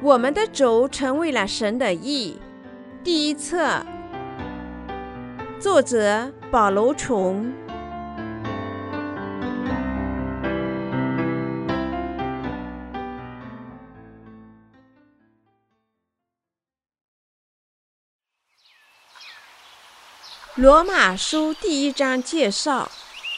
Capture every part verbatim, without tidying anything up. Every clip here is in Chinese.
我们的主成为了神的义。第一册，作者保罗琼。罗马书第一章介绍，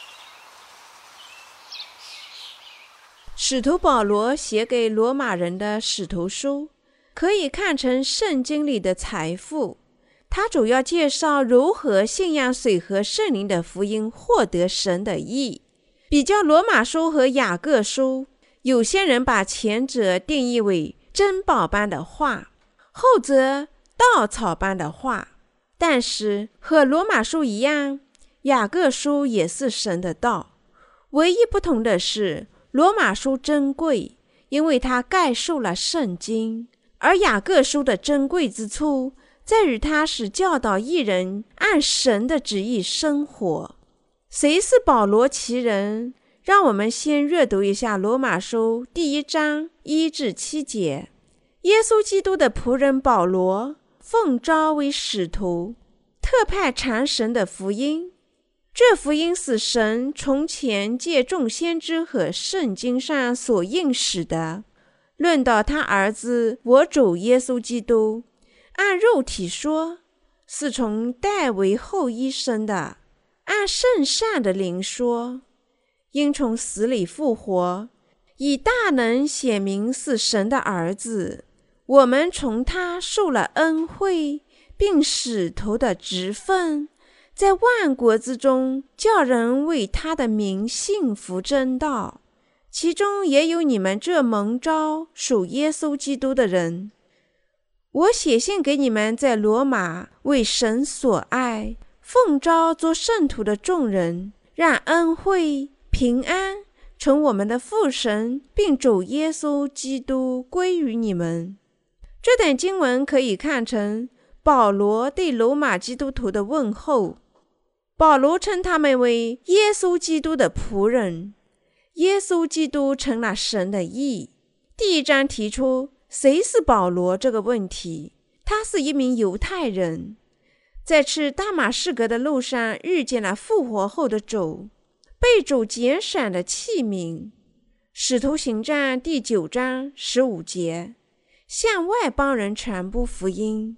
使徒保罗写给罗马人的使徒书，可以看成圣经里的财富。他主要介绍如何信仰水和圣灵的福音获得神的义。比较罗马书和雅各书，有些人把前者定义为珍宝般的话，后者稻草般的话。但是和罗马书一样，雅各书也是神的道。唯一不同的是，罗马书珍贵，因为它概述了圣经，而雅各书的珍贵之处在于它是教导义人按神的旨意生活。谁是保罗其人？让我们先阅读一下罗马书第一章一至七节。耶稣基督的仆人保罗，奉召为使徒，特派传神的福音。这福音是神从前借众先知和圣经上所应许的，论到他儿子我主耶稣基督，按肉体说，是从大卫后裔生的；按圣善的灵说，因从死里复活，以大能显明是神的儿子。我们从他受了恩惠，并使徒的职分，在万国之中叫人为他的名信服真道，其中也有你们这蒙召属耶稣基督的人。我写信给你们在罗马为神所爱，奉召做圣徒的众人，让恩惠平安从我们的父神并主耶稣基督归于你们。这段经文可以看成保罗对罗马基督徒的问候。保罗称他们为耶稣基督的仆人，耶稣基督成了神的义。第一章提出谁是保罗这个问题。他是一名犹太人，在去大马士革的路上遇见了复活后的主，被主拣选的器皿。使徒行传第九章十五节，向外邦人传播福音。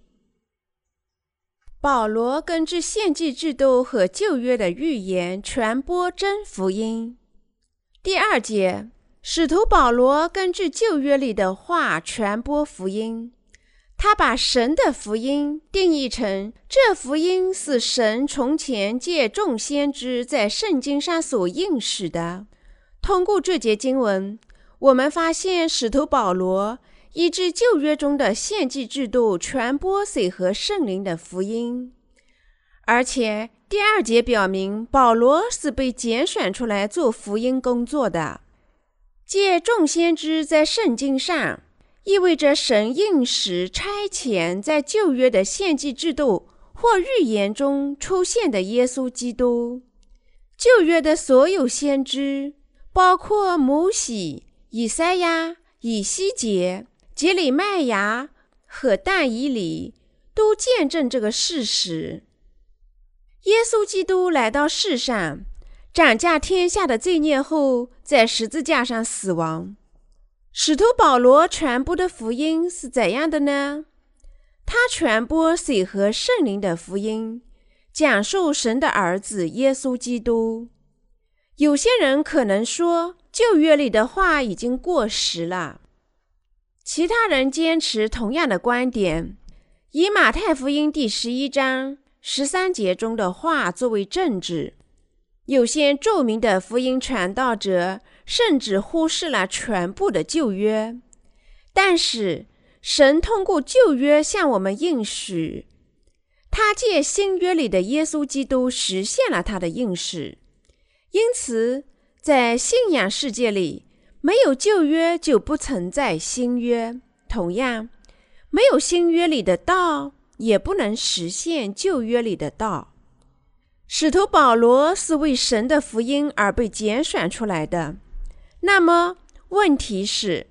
保罗根据献祭制度和旧约的预言传播真福音。第二节，使徒保罗根据旧约里的话传播福音。他把神的福音定义成，这福音是神从前借众先知在圣经上所应许的。通过这节经文，我们发现使徒保罗依据旧约中的献祭制度传播水和圣灵的福音。而且第二节表明，保罗是被拣选出来做福音工作的。借众先知在圣经上，意味着神应许差遣在旧约的献祭制度或预言中出现的耶稣基督。旧约的所有先知，包括摩西、以赛亚、以西结、杰里麦亚和但以理，都见证这个事实。耶稣基督来到世上，斩下天下的罪孽后，在十字架上死亡。使徒保罗传播的福音是怎样的呢？他传播水和圣灵的福音，讲述神的儿子耶稣基督。有些人可能说，旧约里的话已经过时了。其他人坚持同样的观点，以马太福音第十一章十三节中的话作为证据。有些著名的福音传道者甚至忽视了全部的旧约，但是神通过旧约向我们应许，他借新约里的耶稣基督实现了他的应许。因此在信仰世界里，没有旧约就不存在新约，同样没有新约里的道，也不能实现旧约里的道。使徒保罗是为神的福音而被拣选出来的。那么问题是，他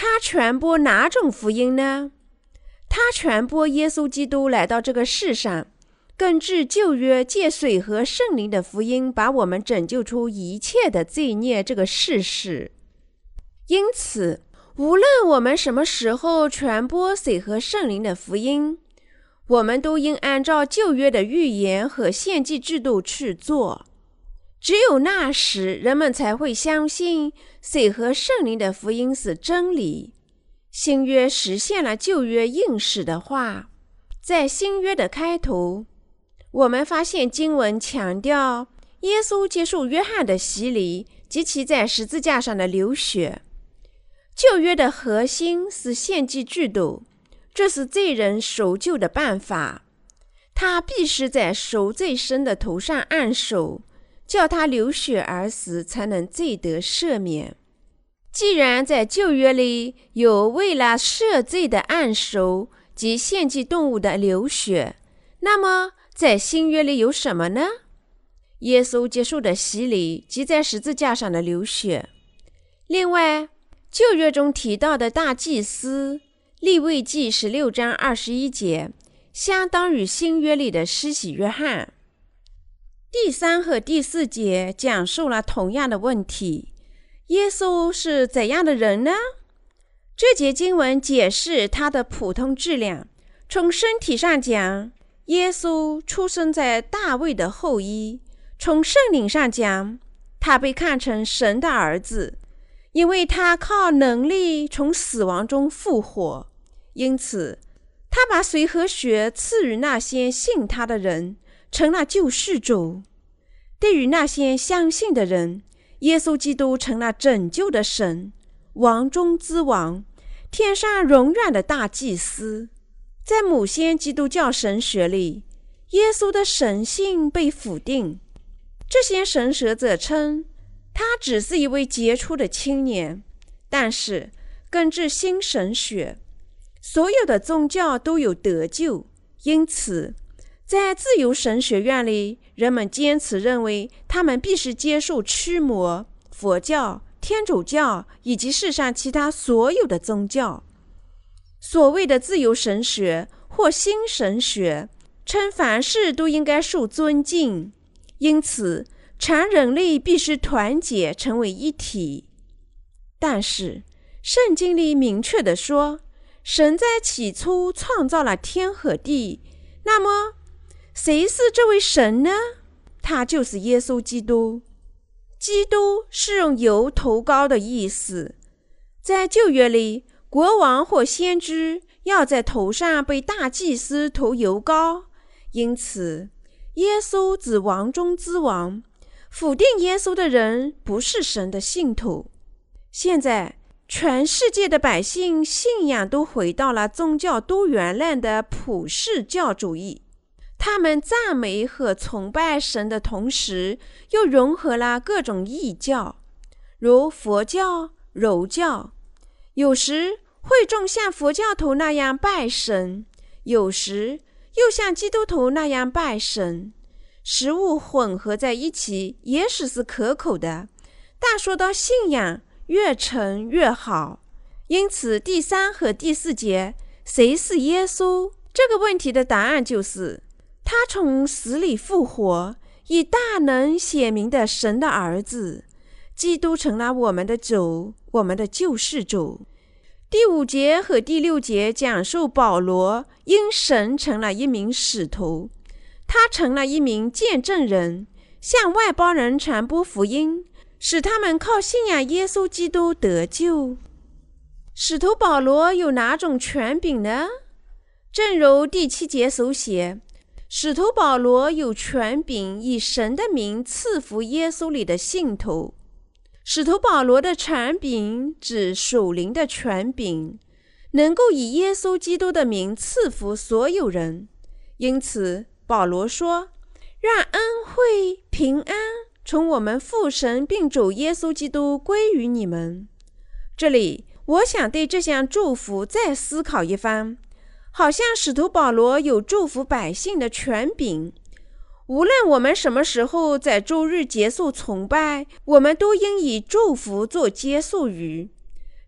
他传播哪种福音呢？他传播耶稣基督来到这个世上，根据旧约借水和圣灵的福音，把我们拯救出一切的罪孽这个事实。因此，无论我们什么时候传播水和圣灵的福音，我们都应按照旧约的预言和献祭制度去做。只有那时，人们才会相信水和圣灵的福音是真理。新约实现了旧约应许的话。在新约的开头，我们发现经文强调耶稣接受约翰的洗礼及其在十字架上的流血。旧约的核心是献祭制度，这是罪人赎救的办法。他必须在赎罪生的头上按手，叫他流血而死，才能罪得赦免。既然在旧约里有为了赦罪的按手及献祭动物的流血，那么在新约里有什么呢？耶稣接受的洗礼及在十字架上的流血。另外，旧约中提到的大祭司，利未记十六章二十一节，相当于新约里的施洗约翰。第三和第四节讲述了同样的问题：耶稣是怎样的人呢？这节经文解释他的普通质量。从身体上讲，耶稣出生在大卫的后裔；从圣灵上讲，他被看成神的儿子，因为他靠能力从死亡中复活。因此，他把水和血赐予那些信他的人，成了救世主。对于那些相信的人，耶稣基督成了拯救的神，王中之王，天上永远的大祭司。在某些基督教神学里，耶稣的神性被否定。这些神学者称他只是一位杰出的青年。但是根据新神学，所有的宗教都有得救。因此在自由神学院里，人们坚持认为他们必须接受驱魔、佛教、天主教以及世上其他所有的宗教。所谓的自由神学或新神学称凡事都应该受尊敬，因此全人类必须团结成为一体。但是圣经里明确地说，神在起初创造了天和地。那么谁是这位神呢？他就是耶稣基督。基督是用油头膏的意思。在旧约里，国王或先知要在头上被大祭司涂油膏，因此耶稣指王中之王。否定耶稣的人不是神的信徒。现在全世界的百姓信仰都回到了宗教多元论的普世教主义，他们赞美和崇拜神的同时，又融合了各种异教，如佛教、柔教。有时会众像佛教徒那样拜神，有时又像基督徒那样拜神。食物混合在一起也许是可口的，但说到信仰，越陈越好。因此第三和第四节，谁是耶稣？这个问题的答案就是他从死里复活，以大能显明的神的儿子。基督成了我们的主，我们的救世主。第五节和第六节讲述保罗因神成了一名使徒，他成了一名见证人，向外邦人传播福音，使他们靠信仰耶稣基督得救。使徒保罗有哪种权柄呢？正如第七节所写，使徒保罗有权柄以神的名赐福耶稣里的信徒。使徒保罗的权柄指属灵的权柄，能够以耶稣基督的名赐福所有人。因此保罗说，让恩惠平安从我们父神并主耶稣基督归于你们。这里我想对这项祝福再思考一番，好像使徒保罗有祝福百姓的权柄。无论我们什么时候在周日结束崇拜，我们都应以祝福做结束语。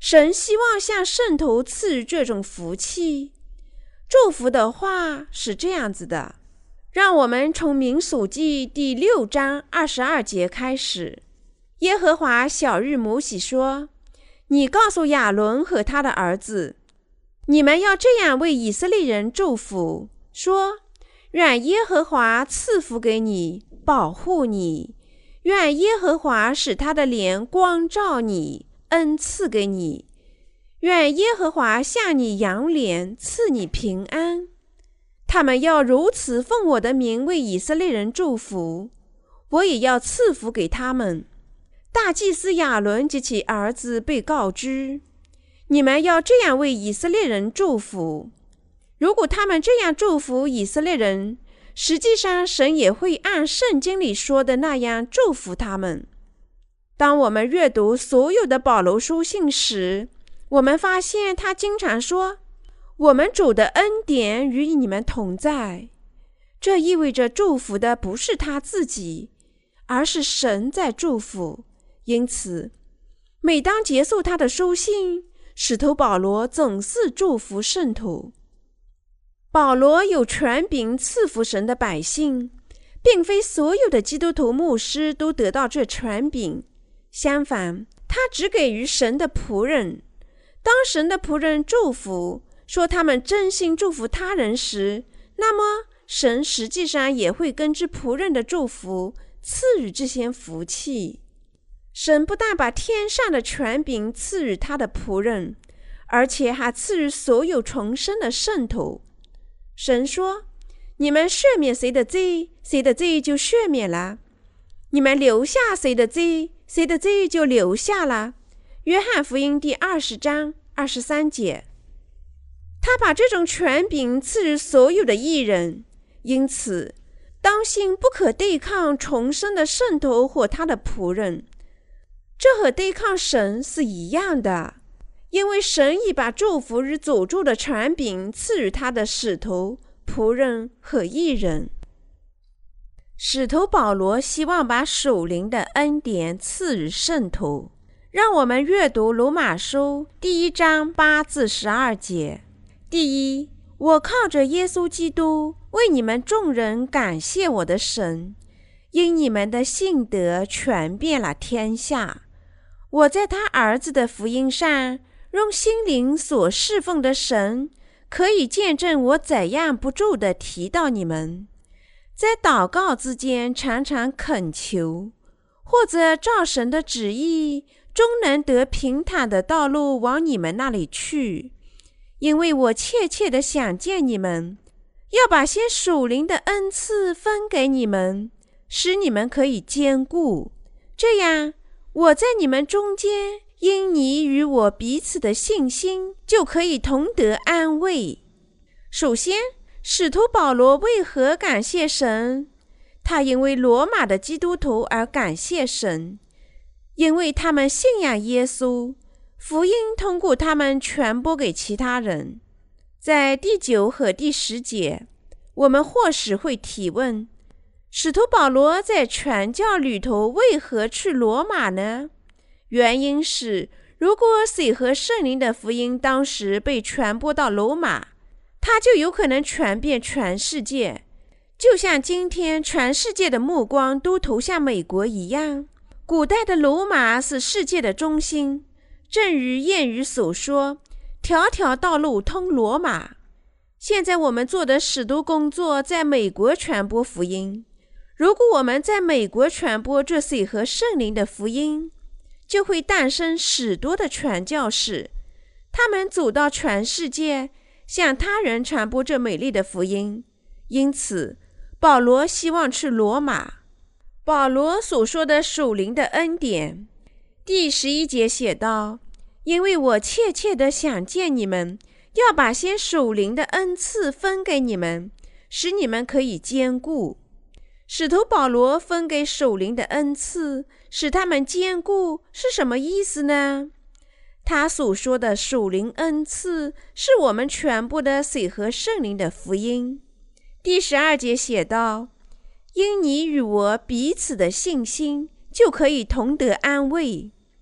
神希望向圣徒赐予这种福气。祝福的话是这样子的，让我们从民数记第六章二十二节开始。耶和华晓谕摩西说，你告诉亚伦和他的儿子，你们要这样为以色列人祝福，说，愿耶和华赐福给你，保护你，愿耶和华使他的脸光照你，恩赐给你，愿耶和华向你扬脸，赐你平安。他们要如此奉我的名为以色列人祝福，我也要赐福给他们。大祭司亚伦及其儿子被告知，你们要这样为以色列人祝福。如果他们这样祝福以色列人，实际上神也会按圣经里说的那样祝福他们。当我们阅读所有的保罗书信时，我们发现他经常说，我们主的恩典与你们同在。这意味着祝福的不是他自己，而是神在祝福。因此，每当结束他的书信，使徒保罗总是祝福圣徒。保罗有权柄赐福神的百姓，并非所有的基督徒牧师都得到这权柄，相反，他只给予神的仆人。当神的仆人祝福，说他们真心祝福他人时，那么神实际上也会根据仆人的祝福赐予这些福气。神不但把天上的权柄赐予他的仆人，而且还赐予所有重生的圣徒。神说，你们赦免谁的罪，谁的罪就赦免了；你们留下谁的罪，谁的罪就留下了。约翰福音第二十章二十三节。他把这种权柄赐予所有的义人，因此当心不可对抗重生的圣徒或他的仆人。这和对抗神是一样的，因为神已把祝福与诅咒的权柄赐予他的使徒、仆人和义人。使徒保罗希望把属灵的恩典赐予圣徒。让我们阅读罗马书第一章八至十二节。第一，我靠着耶稣基督为你们众人感谢我的神，因你们的信德传遍了天下。我在他儿子的福音上，用心灵所侍奉的神，可以见证我怎样不住地提到你们，在祷告之间常常恳求，或者照神的旨意，终能得平坦的道路往你们那里去。因为我切切地想见你们，要把些属灵的恩赐分给你们，使你们可以坚固。这样，我在你们中间，因你与我彼此的信心，就可以同得安慰。首先，使徒保罗为何感谢神？他因为罗马的基督徒而感谢神，因为他们信仰耶稣，福音通过他们传播给其他人。在第九和第十节，我们或许会提问，使徒保罗在传教旅途为何去罗马呢？原因是，如果水和圣灵的福音当时被传播到罗马，它就有可能传遍全世界，就像今天全世界的目光都投向美国一样。古代的罗马是世界的中心，正如谚语所说，条条道路通罗马。现在我们做的使徒工作在美国传播福音，如果我们在美国传播这水和圣灵的福音，就会诞生许多的传教士，他们走到全世界，向他人传播这美丽的福音。因此，保罗希望去罗马。保罗所说的属灵的恩典，第十一节写道，因为我切切地想见你们，要把些属灵的恩赐分给你们，使你们可以坚固。使徒保罗分给属灵的恩赐，使他们坚固，是什么意思呢？他所说的属灵恩赐，是我们传播的水和圣灵的福音。第十二节写道，因你与我彼此的信心，就可以同得安慰。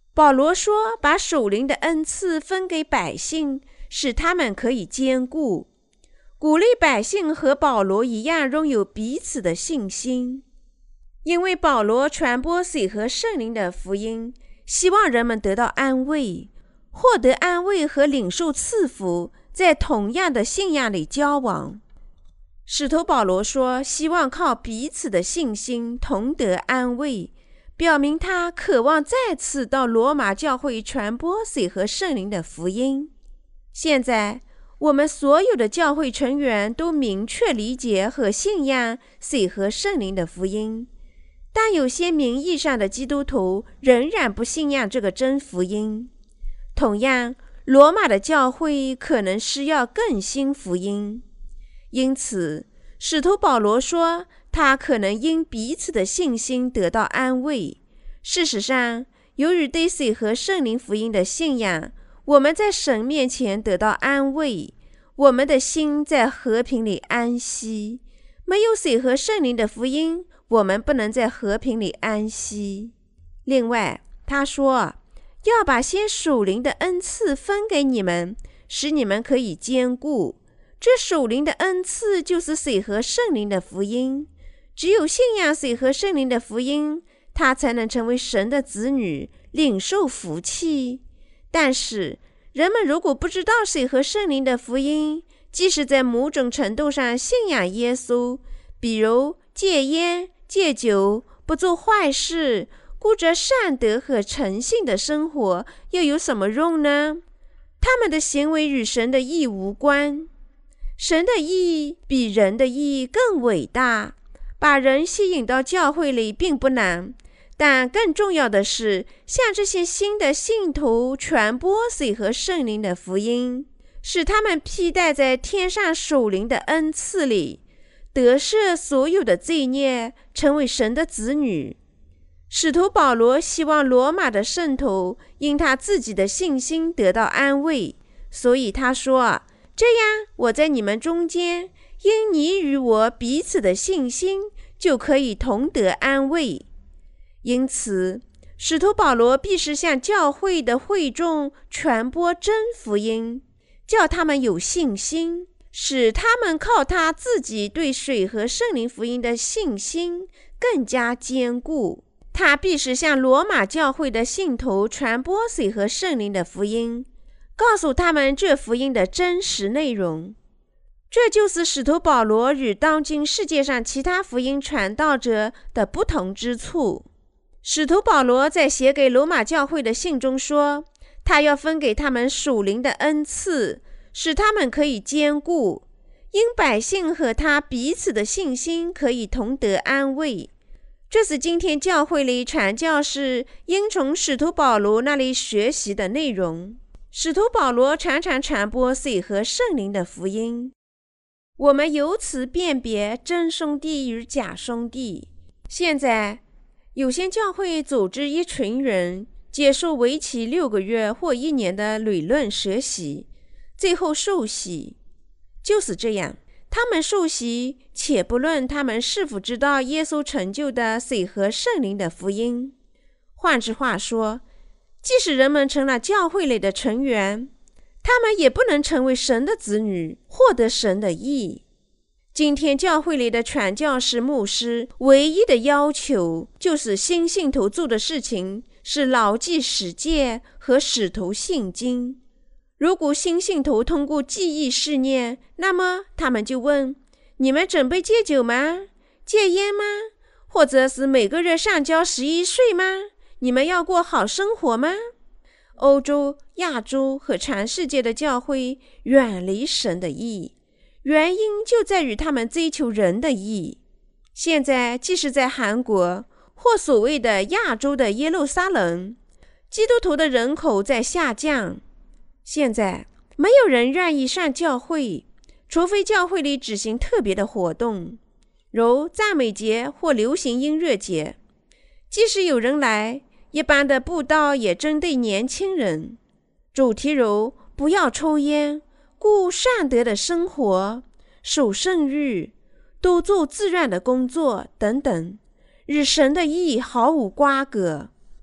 保罗说，把属灵的恩赐分给百姓，使他们可以兼顾，鼓励百姓和保罗一样拥有彼此的信心。因为保罗传播水和圣灵的福音，希望人们得到安慰，获得安慰和领受赐福，在同样的信仰里交往。使徒保罗说，希望靠彼此的信心同得安慰，表明他渴望再次到罗马教会传播水和圣灵的福音。现在我们所有的教会成员都明确理解和信仰水和圣灵的福音，但有些名义上的基督徒仍然不信仰这个真福音。同样，罗马的教会可能需要更新福音。因此，使徒保罗说，他可能因彼此的信心得到安慰。事实上，由于对水和圣灵福音的信仰，我们在神面前得到安慰，我们的心在和平里安息。没有水和圣灵的福音，我们不能在和平里安息。另外，他说，要把些属灵的恩赐分给你们，使你们可以兼顾。这属灵的恩赐就是水和圣灵的福音。只有信仰水和圣灵的福音，他才能成为神的子女，领受福气。但是，人们如果不知道水和圣灵的福音，即使在某种程度上信仰耶稣，比如戒烟、戒酒、不做坏事，过着善德和诚信的生活，又有什么用呢？他们的行为与神的义无关。神的义比人的义更伟大，把人吸引到教会里并不难，但更重要的是向这些新的信徒传播水和圣灵的福音，使他们披戴在天上属灵的恩赐里，得赦所有的罪孽，成为神的子女。使徒保罗希望罗马的圣徒因他自己的信心得到安慰，所以他说，这样我在你们中间，因你与我彼此的信心，就可以同得安慰。因此，使徒保罗必须向教会的会众传播真福音，叫他们有信心，使他们靠他自己对水和圣灵福音的信心更加坚固。他必须向罗马教会的信徒传播水和圣灵的福音，告诉他们这福音的真实内容。这就是使徒保罗与当今世界上其他福音传道者的不同之处。使徒保罗在写给罗马教会的信中说，他要分给他们属灵的恩赐，使他们可以兼顾，因百姓和他彼此的信心可以同得安慰。这是今天教会里传教士应从使徒保罗那里学习的内容。使徒保罗常常传播水和圣灵的福音。我们由此辨别真兄弟与假兄弟。现在，有些教会组织一群人接受为期六个月或一年的理论学习，最后受洗。就是这样，他们受洗，且不论他们是否知道耶稣成就的水和圣灵的福音。换句话说，即使人们成了教会里的成员，他们也不能成为神的子女，获得神的义。今天教会里的传教士、牧师唯一的要求，就是新信徒做的事情是牢记十诫和使徒信经。如果新信徒通过记忆试验，那么他们就问，你们准备戒酒吗？戒烟吗？或者是每个月上交十一税吗？你们要过好生活吗？欧洲、亚洲和全世界的教会远离神的义，原因就在于他们追求人的义。现在，即使在韩国或所谓的亚洲的耶路撒冷，基督徒的人口在下降。现在，没有人愿意上教会，除非教会里举行特别的活动，如赞美节或流行音乐节。即使有人来，一般的布道也针对年轻人，主题如不要抽烟、过善德的生活、守圣日、多做自愿的工作等等，与神的意毫无瓜葛。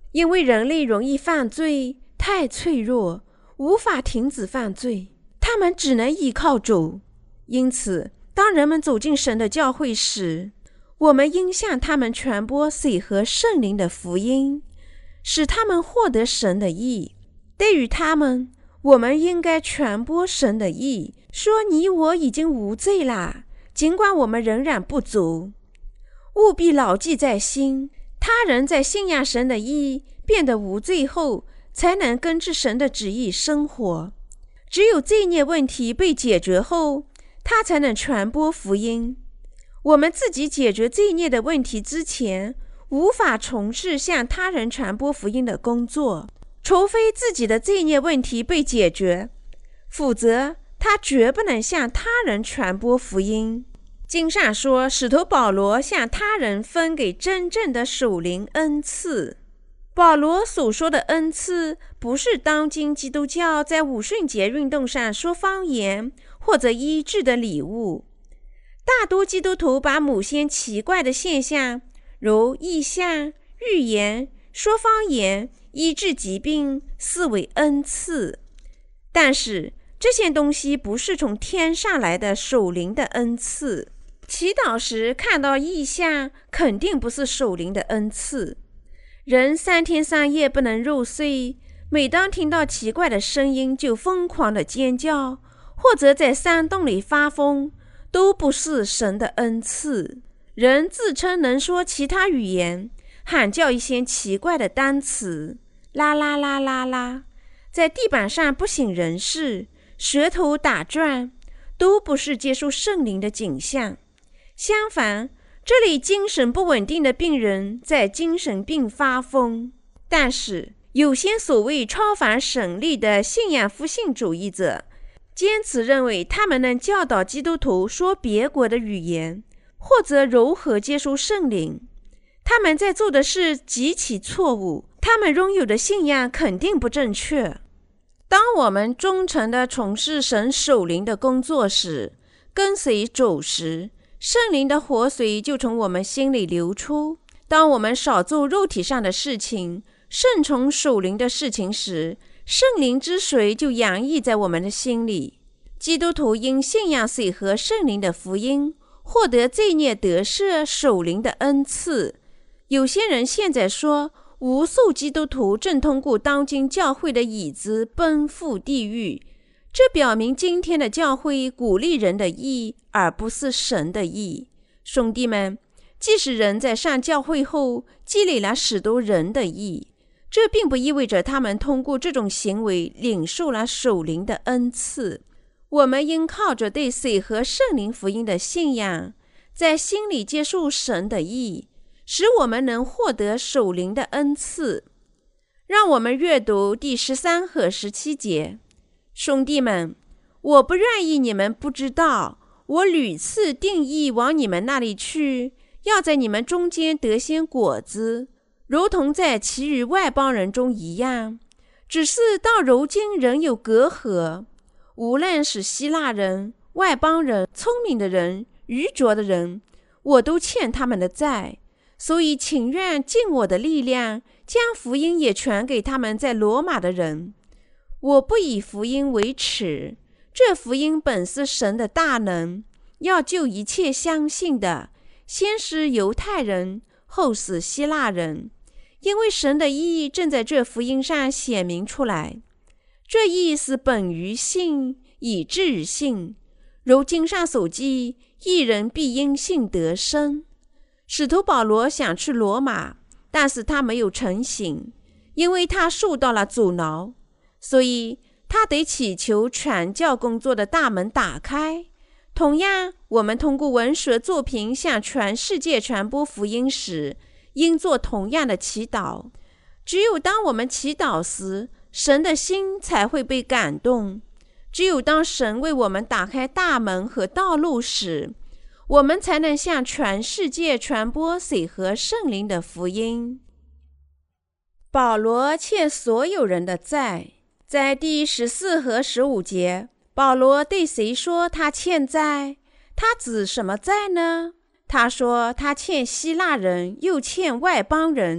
因为人类容易犯罪，太脆弱，无法停止犯罪，他们只能依靠主。因此，当人们走进神的教会时，我们应向他们传播水和圣灵的福音，使他们获得神的义。对于他们，我们应该传播神的义，说你我已经无罪啦，尽管我们仍然不足。务必牢记在心，他人在信仰神的义，变得无罪后，才能根据神的旨意生活。只有罪孽问题被解决后，他才能传播福音。我们自己解决罪孽的问题之前，无法从事向他人传播福音的工作，除非自己的罪孽问题被解决，否则他绝不能向他人传播福音。经上说，使徒保罗向他人分给真正的属灵恩赐。保罗所说的恩赐，不是当今基督教在五旬节运动上说方言或者医治的礼物。大多基督徒把某些奇怪的现象，如异象、预言、说方言、医治疾病，视为恩赐。但是这些东西不是从天上来的属灵的恩赐。祈祷时看到异象，肯定不是属灵的恩赐。人三天三夜不能入睡，每当听到奇怪的声音就疯狂的尖叫，或者在山洞里发疯，都不是神的恩赐。人自称能说其他语言，喊叫一些奇怪的单词，啦啦啦啦啦，在地板上不省人事，舌头打转，都不是接受圣灵的景象。相反，这里精神不稳定的病人在精神病发疯。但是有些所谓超凡神力的信仰复兴主义者，坚持认为他们能教导基督徒说别国的语言，或者如何接受圣灵。他们在做的事极其错误，他们拥有的信仰肯定不正确。当我们忠诚地从事神属灵的工作时，跟随主时，圣灵的活水就从我们心里流出。当我们少做肉体上的事情，顺从属灵的事情时，圣灵之水就洋溢在我们的心里。基督徒因信仰水和圣灵的福音，获得罪孽得赦属灵的恩赐。有些人现在说，无数基督徒正通过当今教会的椅子奔赴地狱，这表明今天的教会鼓励人的义，而不是神的义。兄弟们，即使人在上教会后积累了许多人的义，这并不意味着他们通过这种行为领受了属灵的恩赐。我们应靠着对水和圣灵福音的信仰，在心里接受神的义，使我们能获得属灵的恩赐。让我们阅读第十三和十七节。兄弟们，我不愿意你们不知道，我屡次定义往你们那里去，要在你们中间得些果子，如同在其余外邦人中一样。只是到如今仍有隔阂，无论是希腊人、外邦人、聪明的人、愚拙的人，我都欠他们的债，所以情愿尽我的力量，将福音也传给他们在罗马的人。我不以福音为耻，这福音本是神的大能，要救一切相信的，先是犹太人，后是希腊人，因为神的义正在这福音上显明出来。这义是本于信，以至于信。如经上所记，义人必因信得生。使徒保罗想去罗马，但是他没有成行，因为他受到了阻挠，所以他得祈求传教工作的大门打开。同样，我们通过文学作品向全世界传播福音时，应做同样的祈祷。只有当我们祈祷时，神的心才会被感动。只有当神为我们打开大门和道路时，我们才能向全世界传播水和圣灵的福音。保罗欠所有人的债。在第十四和十五节，保罗对谁说他欠债？他指什么债呢？他说他欠希腊人，又欠外邦人。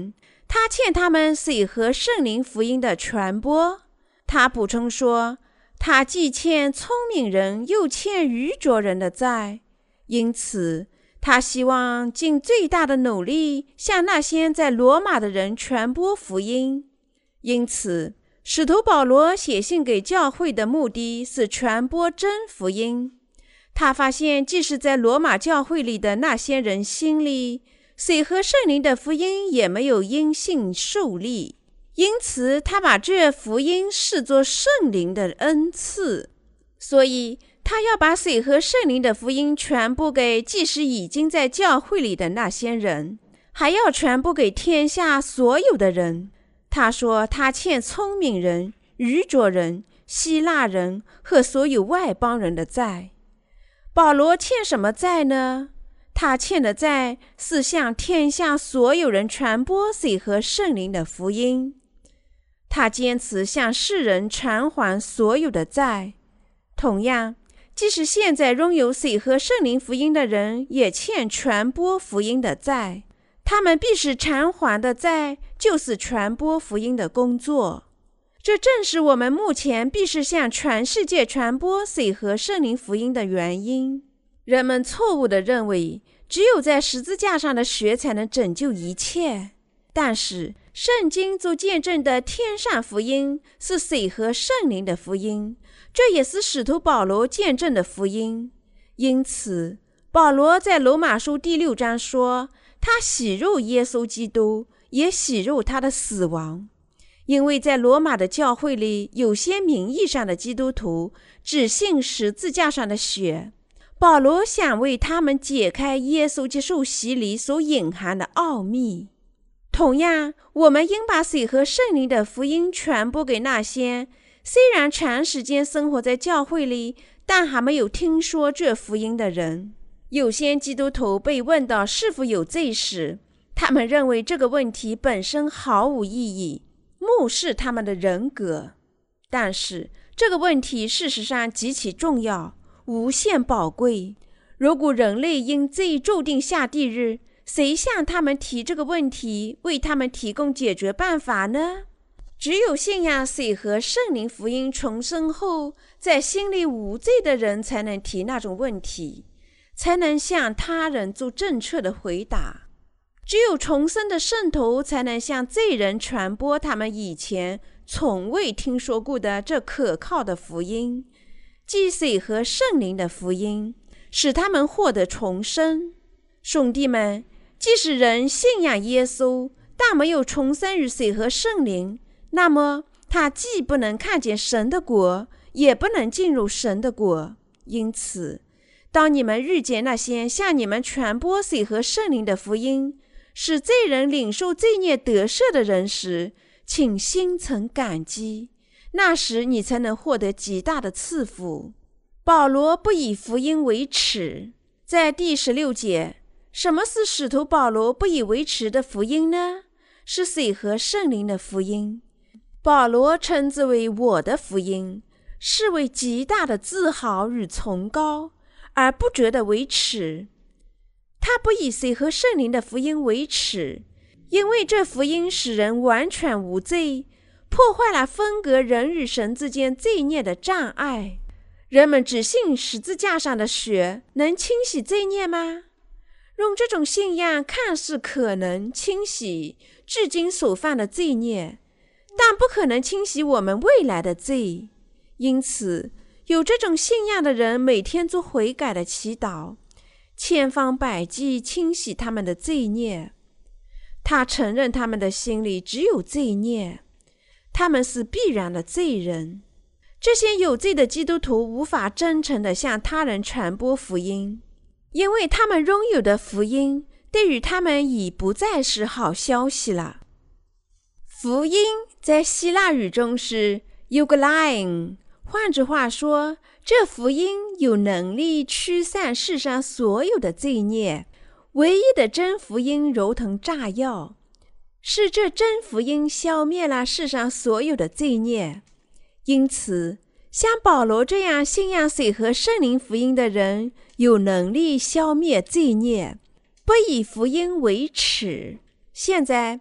他欠他们水和圣灵福音的传播。他补充说，他既欠聪明人又欠愚拙人的债，因此他希望尽最大的努力向那些在罗马的人传播福音。因此使徒保罗写信给教会的目的是传播真福音。他发现即使在罗马教会里的那些人心里，水和圣灵的福音也没有因信受力，因此他把这福音视作圣灵的恩赐。所以他要把水和圣灵的福音传播给即使已经在教会里的那些人，还要传播给天下所有的人。他说他欠聪明人、愚拙人、希腊人和所有外邦人的债。保罗欠什么债呢？他欠的债是向天下所有人传播水和圣灵的福音。他坚持向世人偿还所有的债。同样，即使现在拥有水和圣灵福音的人也欠传播福音的债，他们必须偿还的债就是传播福音的工作。这正是我们目前必须向全世界传播水和圣灵福音的原因。人们错误地认为只有在十字架上的血才能拯救一切，但是圣经所见证的天上福音是水和圣灵的福音，这也是使徒保罗见证的福音。因此保罗在罗马书第六章说，他喜入耶稣基督，也喜入他的死亡。因为在罗马的教会里，有些名义上的基督徒只信十字架上的血，保罗想为他们解开耶稣接受洗礼所隐含的奥秘。同样，我们应把水和圣灵的福音传播给那些虽然长时间生活在教会里，但还没有听说这福音的人。有些基督徒被问到是否有罪时，他们认为这个问题本身毫无意义，漠视他们的人格。但是这个问题事实上极其重要，无限宝贵。如果人类因罪注定下地狱，谁向他们提这个问题，为他们提供解决办法呢？只有信仰水和圣灵福音重生后，在心里无罪的人才能提那种问题，才能向他人做正确的回答。只有重生的圣徒才能向罪人传播他们以前从未听说过的这可靠的福音，即水和圣灵的福音，使他们获得重生。兄弟们，即使人信仰耶稣，但没有重生于水和圣灵，那么他既不能看见神的国，也不能进入神的国。因此，当你们遇见那些向你们传播水和圣灵的福音，使罪人领受罪孽得赦的人时，请心存感激，那时你才能获得极大的赐福。保罗不以福音为耻。在第十六节，什么是使徒保罗不以为耻的福音呢？是水和圣灵的福音。保罗称之为我的福音，是为极大的自豪与崇高，而不觉得为耻。他不以水和圣灵的福音为耻，因为这福音使人完全无罪，破坏了分隔人与神之间罪孽的障碍。人们只信十字架上的血能清洗罪孽吗？用这种信仰看似可能清洗至今所犯的罪孽，但不可能清洗我们未来的罪。因此，有这种信仰的人每天做悔改的祈祷，千方百计清洗他们的罪孽。他承认他们的心里只有罪孽，他们是必然的罪人。这些有罪的基督徒无法真诚地向他人传播福音，因为他们拥有的福音对于他们已不再是好消息了。福音在希腊语中是 euangelion， 换句话说，这福音有能力驱散世上所有的罪孽。唯一的真福音如同炸药，是这真福音消灭了世上所有的罪孽。因此，像保罗这样信仰水和圣灵福音的人，有能力消灭罪孽，不以福音为耻。现在，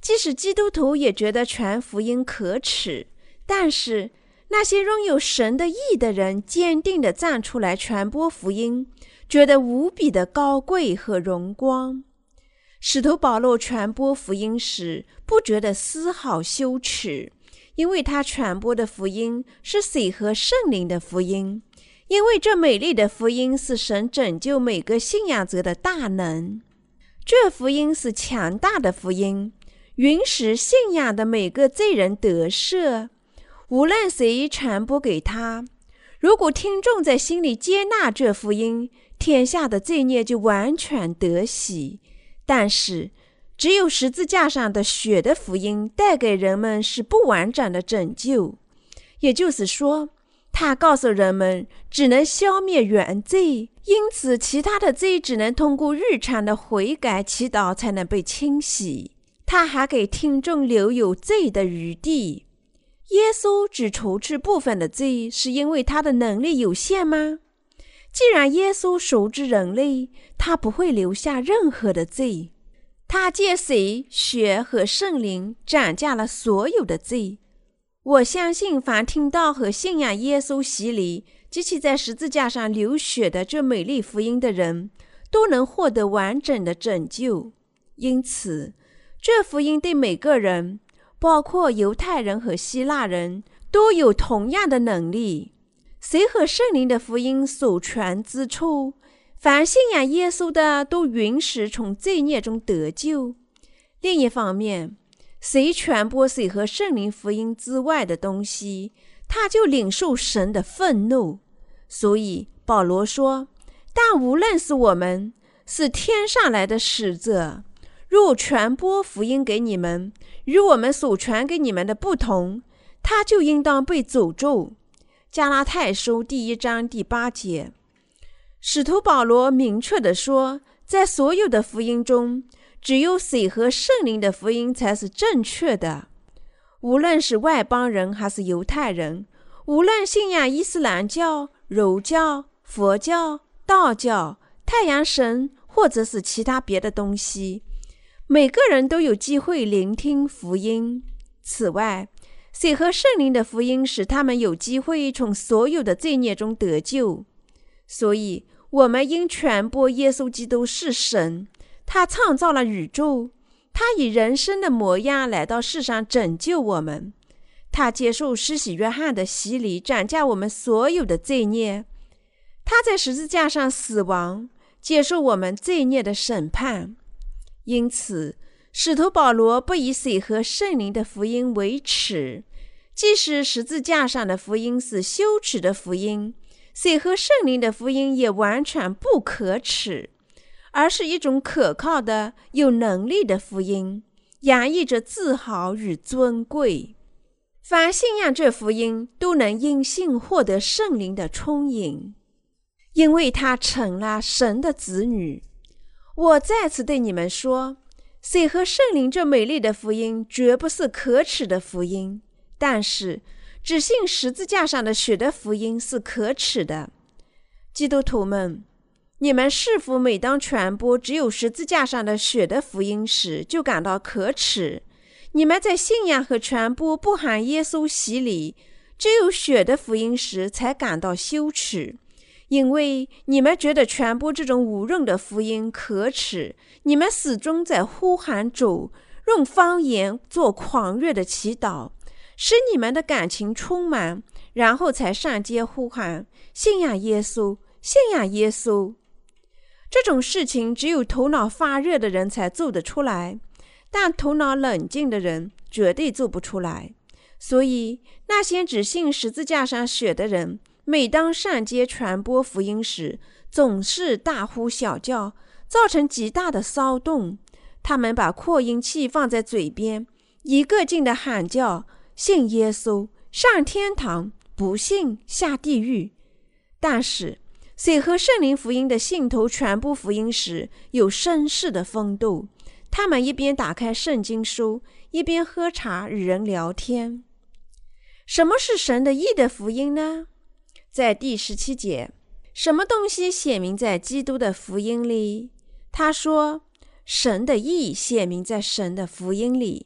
即使基督徒也觉得传福音可耻，但是那些拥有神的义的人坚定地站出来传播福音，觉得无比的高贵和荣光。使徒保罗传播福音时不觉得丝毫羞耻，因为他传播的福音是水和圣灵的福音，因为这美丽的福音是神拯救每个信仰者的大能。这福音是强大的福音，允许信仰的每个罪人得赦，无论谁传播给他。如果听众在心里接纳这福音，天下的罪孽就完全得洗。但是只有十字架上的血的福音带给人们是不完整的拯救，也就是说，他告诉人们只能消灭原罪，因此其他的罪只能通过日常的悔改祈祷才能被清洗。他还给听众留有罪的余地。耶稣只除去部分的罪，是因为他的能力有限吗？既然耶稣熟知人类，他不会留下任何的罪。他借水、血和圣灵斩价了所有的罪。我相信凡听到和信仰耶稣洗礼及其在十字架上流血的这美丽福音的人，都能获得完整的拯救。因此，这福音对每个人，包括犹太人和希腊人，都有同样的能力。谁和圣灵的福音所传之处，凡信仰耶稣的都允许从罪孽中得救。另一方面，谁传播谁和圣灵福音之外的东西，他就领受神的愤怒。所以保罗说，但无论是我们，是天上来的使者，若传播福音给你们，与我们所传给你们的不同，他就应当被诅咒。加拉太书第一章第八节。使徒保罗明确地说，在所有的福音中，只有水和圣灵的福音才是正确的。无论是外邦人还是犹太人，无论信仰伊斯兰教、柔教、佛教、道教、太阳神或者是其他别的东西，每个人都有机会聆听福音。此外，水和圣灵的福音使他们有机会从所有的罪孽中得救。所以我们应传播耶稣基督是神，他创造了宇宙，他以人生的模样来到世上拯救我们，他接受施洗约翰的洗礼，斩价我们所有的罪孽，他在十字架上死亡，接受我们罪孽的审判。因此使徒保罗不以水和圣灵的福音为耻，即使十字架上的福音是羞耻的福音，水和圣灵的福音也完全不可耻，而是一种可靠的、有能力的福音，洋溢着自豪与尊贵。凡信仰这福音，都能因信获得圣灵的充盈，因为他成了神的子女。我再次对你们说，水和圣灵这美丽的福音绝不是可耻的福音，但是只信十字架上的血的福音是可耻的。基督徒们，你们是否每当传播只有十字架上的血的福音时就感到可耻？你们在信仰和传播不含耶稣洗礼只有血的福音时才感到羞耻，因为你们觉得传播这种无用的福音可耻。你们始终在呼喊主，用方言做狂热的祈祷，使你们的感情充满，然后才上街呼喊信仰耶稣，信仰耶稣。这种事情只有头脑发热的人才做得出来，但头脑冷静的人绝对做不出来。所以那些只信十字架上血的人，每当上街传播福音时，总是大呼小叫，造成极大的骚动。他们把扩音器放在嘴边，一个劲地喊叫，信耶稣上天堂，不信下地狱。但是水和圣灵福音的信徒传播福音时有绅士的风度，他们一边打开圣经书，一边喝茶与人聊天。什么是神的义的福音呢？在第十七节，什么东西写明在基督的福音里？他说，神的义写明在神的福音里。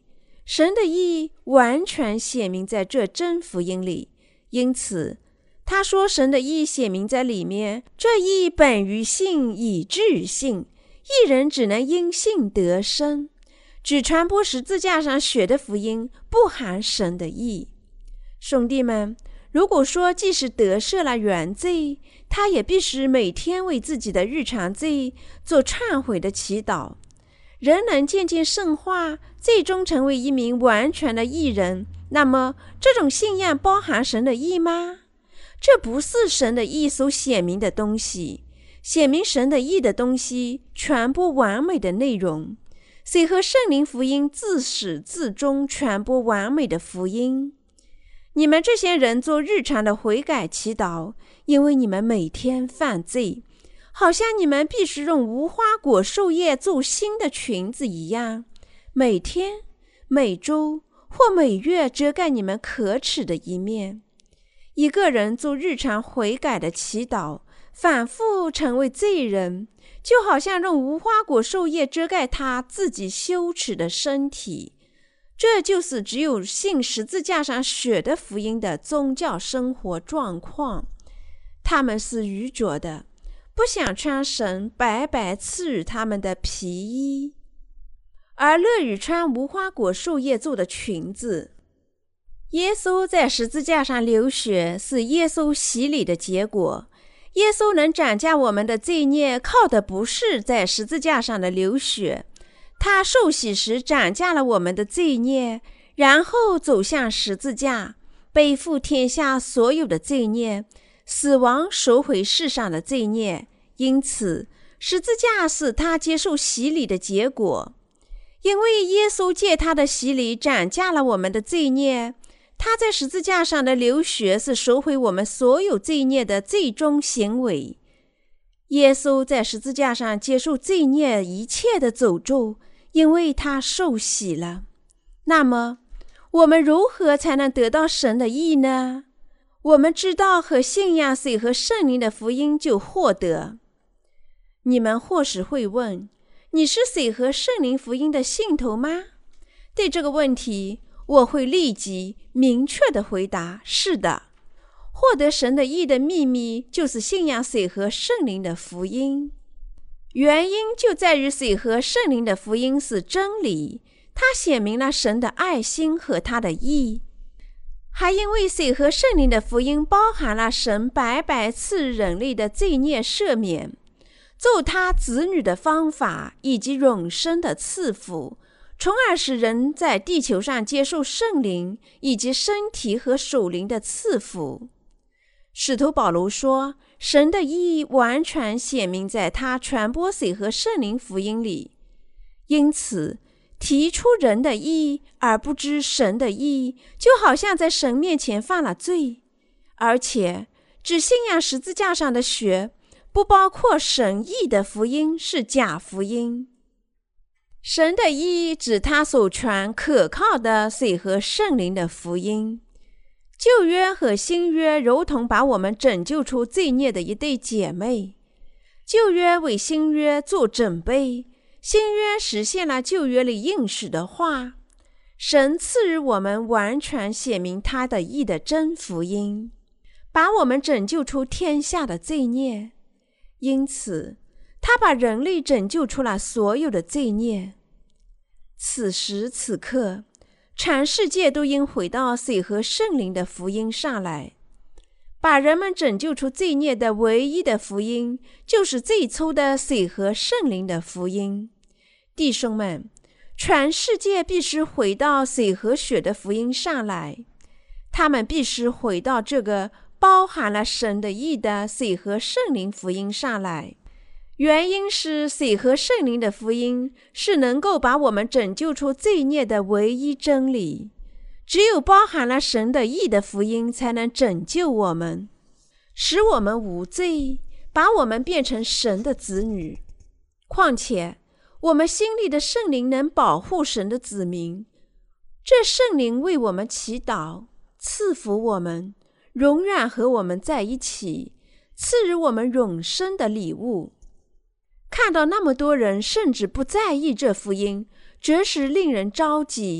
神的义完全显明在这真福音里，因此他说神的义显明在里面，这义本于信，以至于信，义人只能因信得生。只传播十字架上血的福音，不含神的义。兄弟们，如果说即使得赦了原罪，他也必须每天为自己的日常罪做忏悔的祈祷，人能渐渐圣化，最终成为一名完全的义人，那么这种信仰包含神的义吗？这不是神的义所显明的东西。显明神的义的东西传播完美的内容，水和圣灵福音自始至终传播完美的福音。你们这些人做日常的悔改祈祷，因为你们每天犯罪，好像你们必须用无花果树叶做新的裙子一样，每天、每周或每月遮盖你们可耻的一面。一个人做日常悔改的祈祷，反复成为罪人，就好像用无花果树叶遮盖他自己羞耻的身体。这就是只有信十字架上血的福音的宗教生活状况。他们是愚拙的，不想穿神白白赐予他们的皮衣，而乐于穿无花果树叶做的裙子。耶稣在十字架上流血是耶稣洗礼的结果。耶稣能斩价我们的罪孽，靠的不是在十字架上的流血，他受洗时斩价了我们的罪孽，然后走向十字架，背负天下所有的罪孽，死亡收回世上的罪孽。因此十字架是他接受洗礼的结果。因为耶稣借他的洗礼斩价了我们的罪孽，他在十字架上的流血是收回我们所有罪孽的最终行为。耶稣在十字架上接受罪孽一切的诅咒，因为他受洗了。那么我们如何才能得到神的义呢？我们知道和信仰水和圣灵的福音就获得。你们或许会问，你是水和圣灵福音的信徒吗？对这个问题，我会立即明确地回答，是的。获得神的义的秘密就是信仰水和圣灵的福音。原因就在于水和圣灵的福音是真理，它显明了神的爱心和他的义。还因为水和圣灵的福音包含了神白白赐予人类的罪孽赦免，做他子女的方法，以及永生的赐福，从而使人在地球上接受圣灵以及身体和属灵的赐福。使徒保罗说，神的义完全显明在他传播水和圣灵福音里。因此提出人的义而不知神的义，就好像在神面前犯了罪。而且只信仰十字架上的血，不包括神义的福音，是假福音。神的义指他所传可靠的水和圣灵的福音。旧约和新约如同把我们拯救出罪孽的一对姐妹。旧约为新约做准备，新约实现了旧约里应许的话。神赐予我们完全显明他的义的真福音，把我们拯救出天下的罪孽。因此他把人类拯救出了所有的罪孽。此时此刻，全世界都应回到水和圣灵的福音上来。把人们拯救出罪孽的唯一的福音，就是最初的水和圣灵的福音。弟兄们，全世界必须回到水和血的福音上来，他们必须回到这个包含了神的义的水和圣灵福音上来。原因是水和圣灵的福音是能够把我们拯救出罪孽的唯一真理。只有包含了神的义的福音才能拯救我们，使我们无罪，把我们变成神的子女。况且我们心里的圣灵能保护神的子民，这圣灵为我们祈祷，赐福我们，永远和我们在一起，赐予我们永生的礼物。看到那么多人甚至不在意这福音，着实令人着急。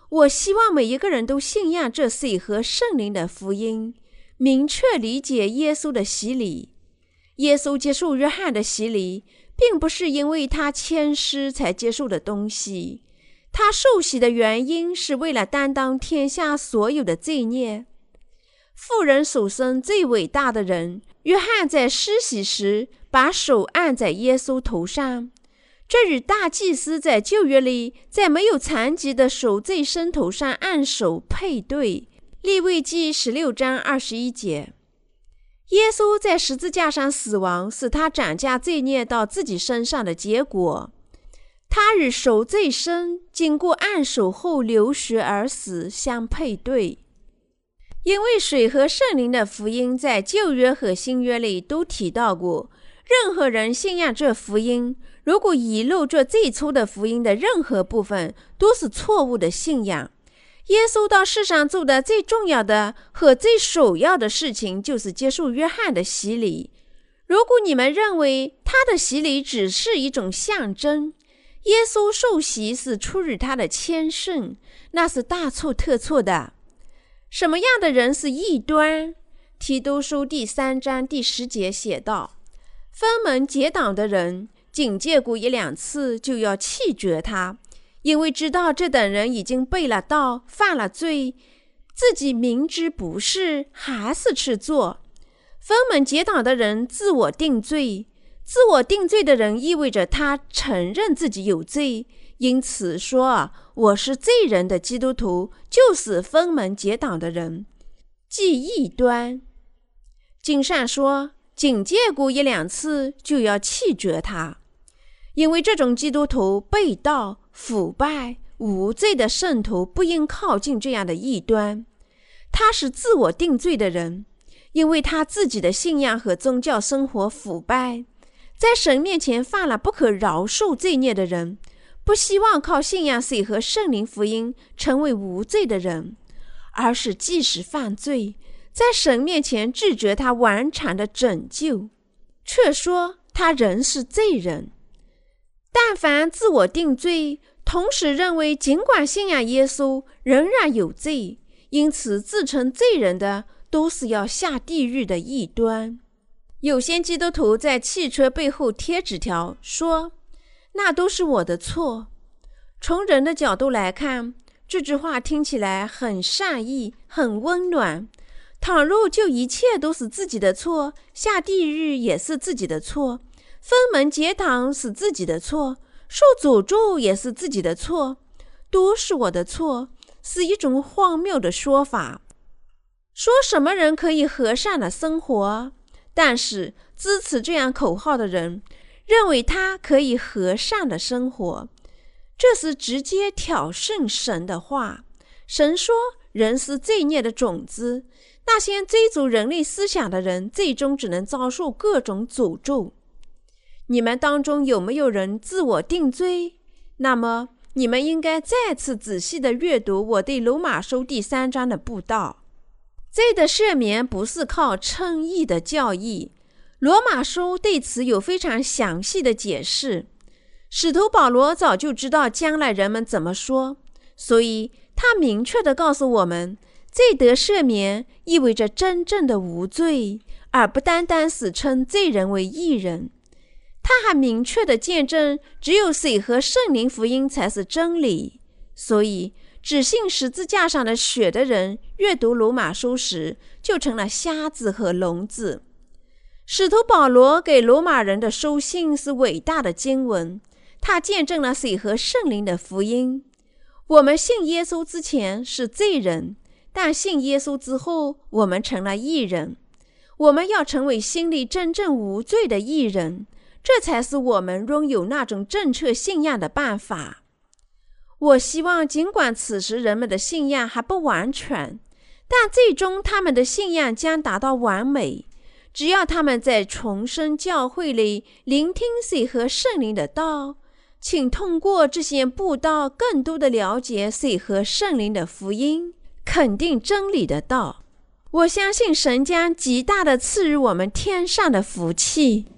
我希望每一个人都信仰这水和圣灵的福音，明确理解耶稣的洗礼。耶稣接受约翰的洗礼，并不是因为他谦虚才接受的东西，他受洗的原因是为了担当天下所有的罪孽。妇人所生最伟大的人，约翰在施洗时把手按在耶稣头上，这与大祭司在旧约里在没有残疾的赎罪牲头上按手配对。利未记十六章二十一节。耶稣在十字架上死亡，是他转嫁罪孽到自己身上的结果。他与赎罪牲经过按手后流血而死相配对。因为水和圣灵的福音在旧约和新约里都提到过，任何人信仰这福音，如果遗漏这最初的福音的任何部分，都是错误的信仰。耶稣到世上做的最重要的和最首要的事情，就是接受约翰的洗礼。如果你们认为他的洗礼只是一种象征，耶稣受洗是出于他的谦逊，那是大错特错的。什么样的人是异端？提多书第三章第十节写道：分门结党的人，警戒过一两次就要弃绝他，因为知道这等人已经背了道，犯了罪，自己明知不是，还是去做。分门结党的人自我定罪，自我定罪的人意味着他承认自己有罪，因此说我是罪人的基督徒就是分门结党的人，即异端。经上说警戒过一两次就要弃绝他，因为这种基督徒背道、腐败、无罪的圣徒不应靠近这样的异端。他是自我定罪的人，因为他自己的信仰和宗教生活腐败，在神面前犯了不可饶恕罪孽的人，不希望靠信仰水和圣灵福音成为无罪的人，而是即使犯罪，在神面前拒绝他完全的拯救，却说他仍是罪人。但凡自我定罪，同时认为尽管信仰耶稣仍然有罪，因此自称罪人的，都是要下地狱的异端。有些基督徒在汽车背后贴纸条，说那都是我的错。从人的角度来看，这句话听起来很善意，很温暖。倘若就一切都是自己的错，下地狱也是自己的错，分门结党是自己的错，受诅咒也是自己的错，都是我的错，是一种荒谬的说法。说什么人可以和善的生活，但是支持这样口号的人认为他可以和善的生活，这是直接挑衅神的话。神说人是罪孽的种子，那些追逐人类思想的人最终只能遭受各种诅咒。你们当中有没有人自我定罪？那么你们应该再次仔细地阅读我对罗马书第三章的布道。罪的赦免不是靠称义的教义，罗马书对此有非常详细的解释。使徒保罗早就知道将来人们怎么说，所以他明确地告诉我们，罪得赦免意味着真正的无罪，而不单单是称罪人为义人。他还明确地见证，只有水和圣灵福音才是真理。所以只信十字架上的血的人阅读罗马书时，就成了瞎子和聋子。使徒保罗给罗马人的书信是伟大的经文，他见证了水和圣灵的福音。我们信耶稣之前是罪人，但信耶稣之后，我们成了义人。我们要成为心里真正无罪的义人，这才是我们拥有那种正确信仰的办法。我希望尽管此时人们的信仰还不完全，但最终他们的信仰将达到完美。只要他们在重生教会里聆听水和圣灵的道，请通过这些布道更多的了解水和圣灵的福音，肯定真理的道。我相信神将极大的赐予我们天上的福气。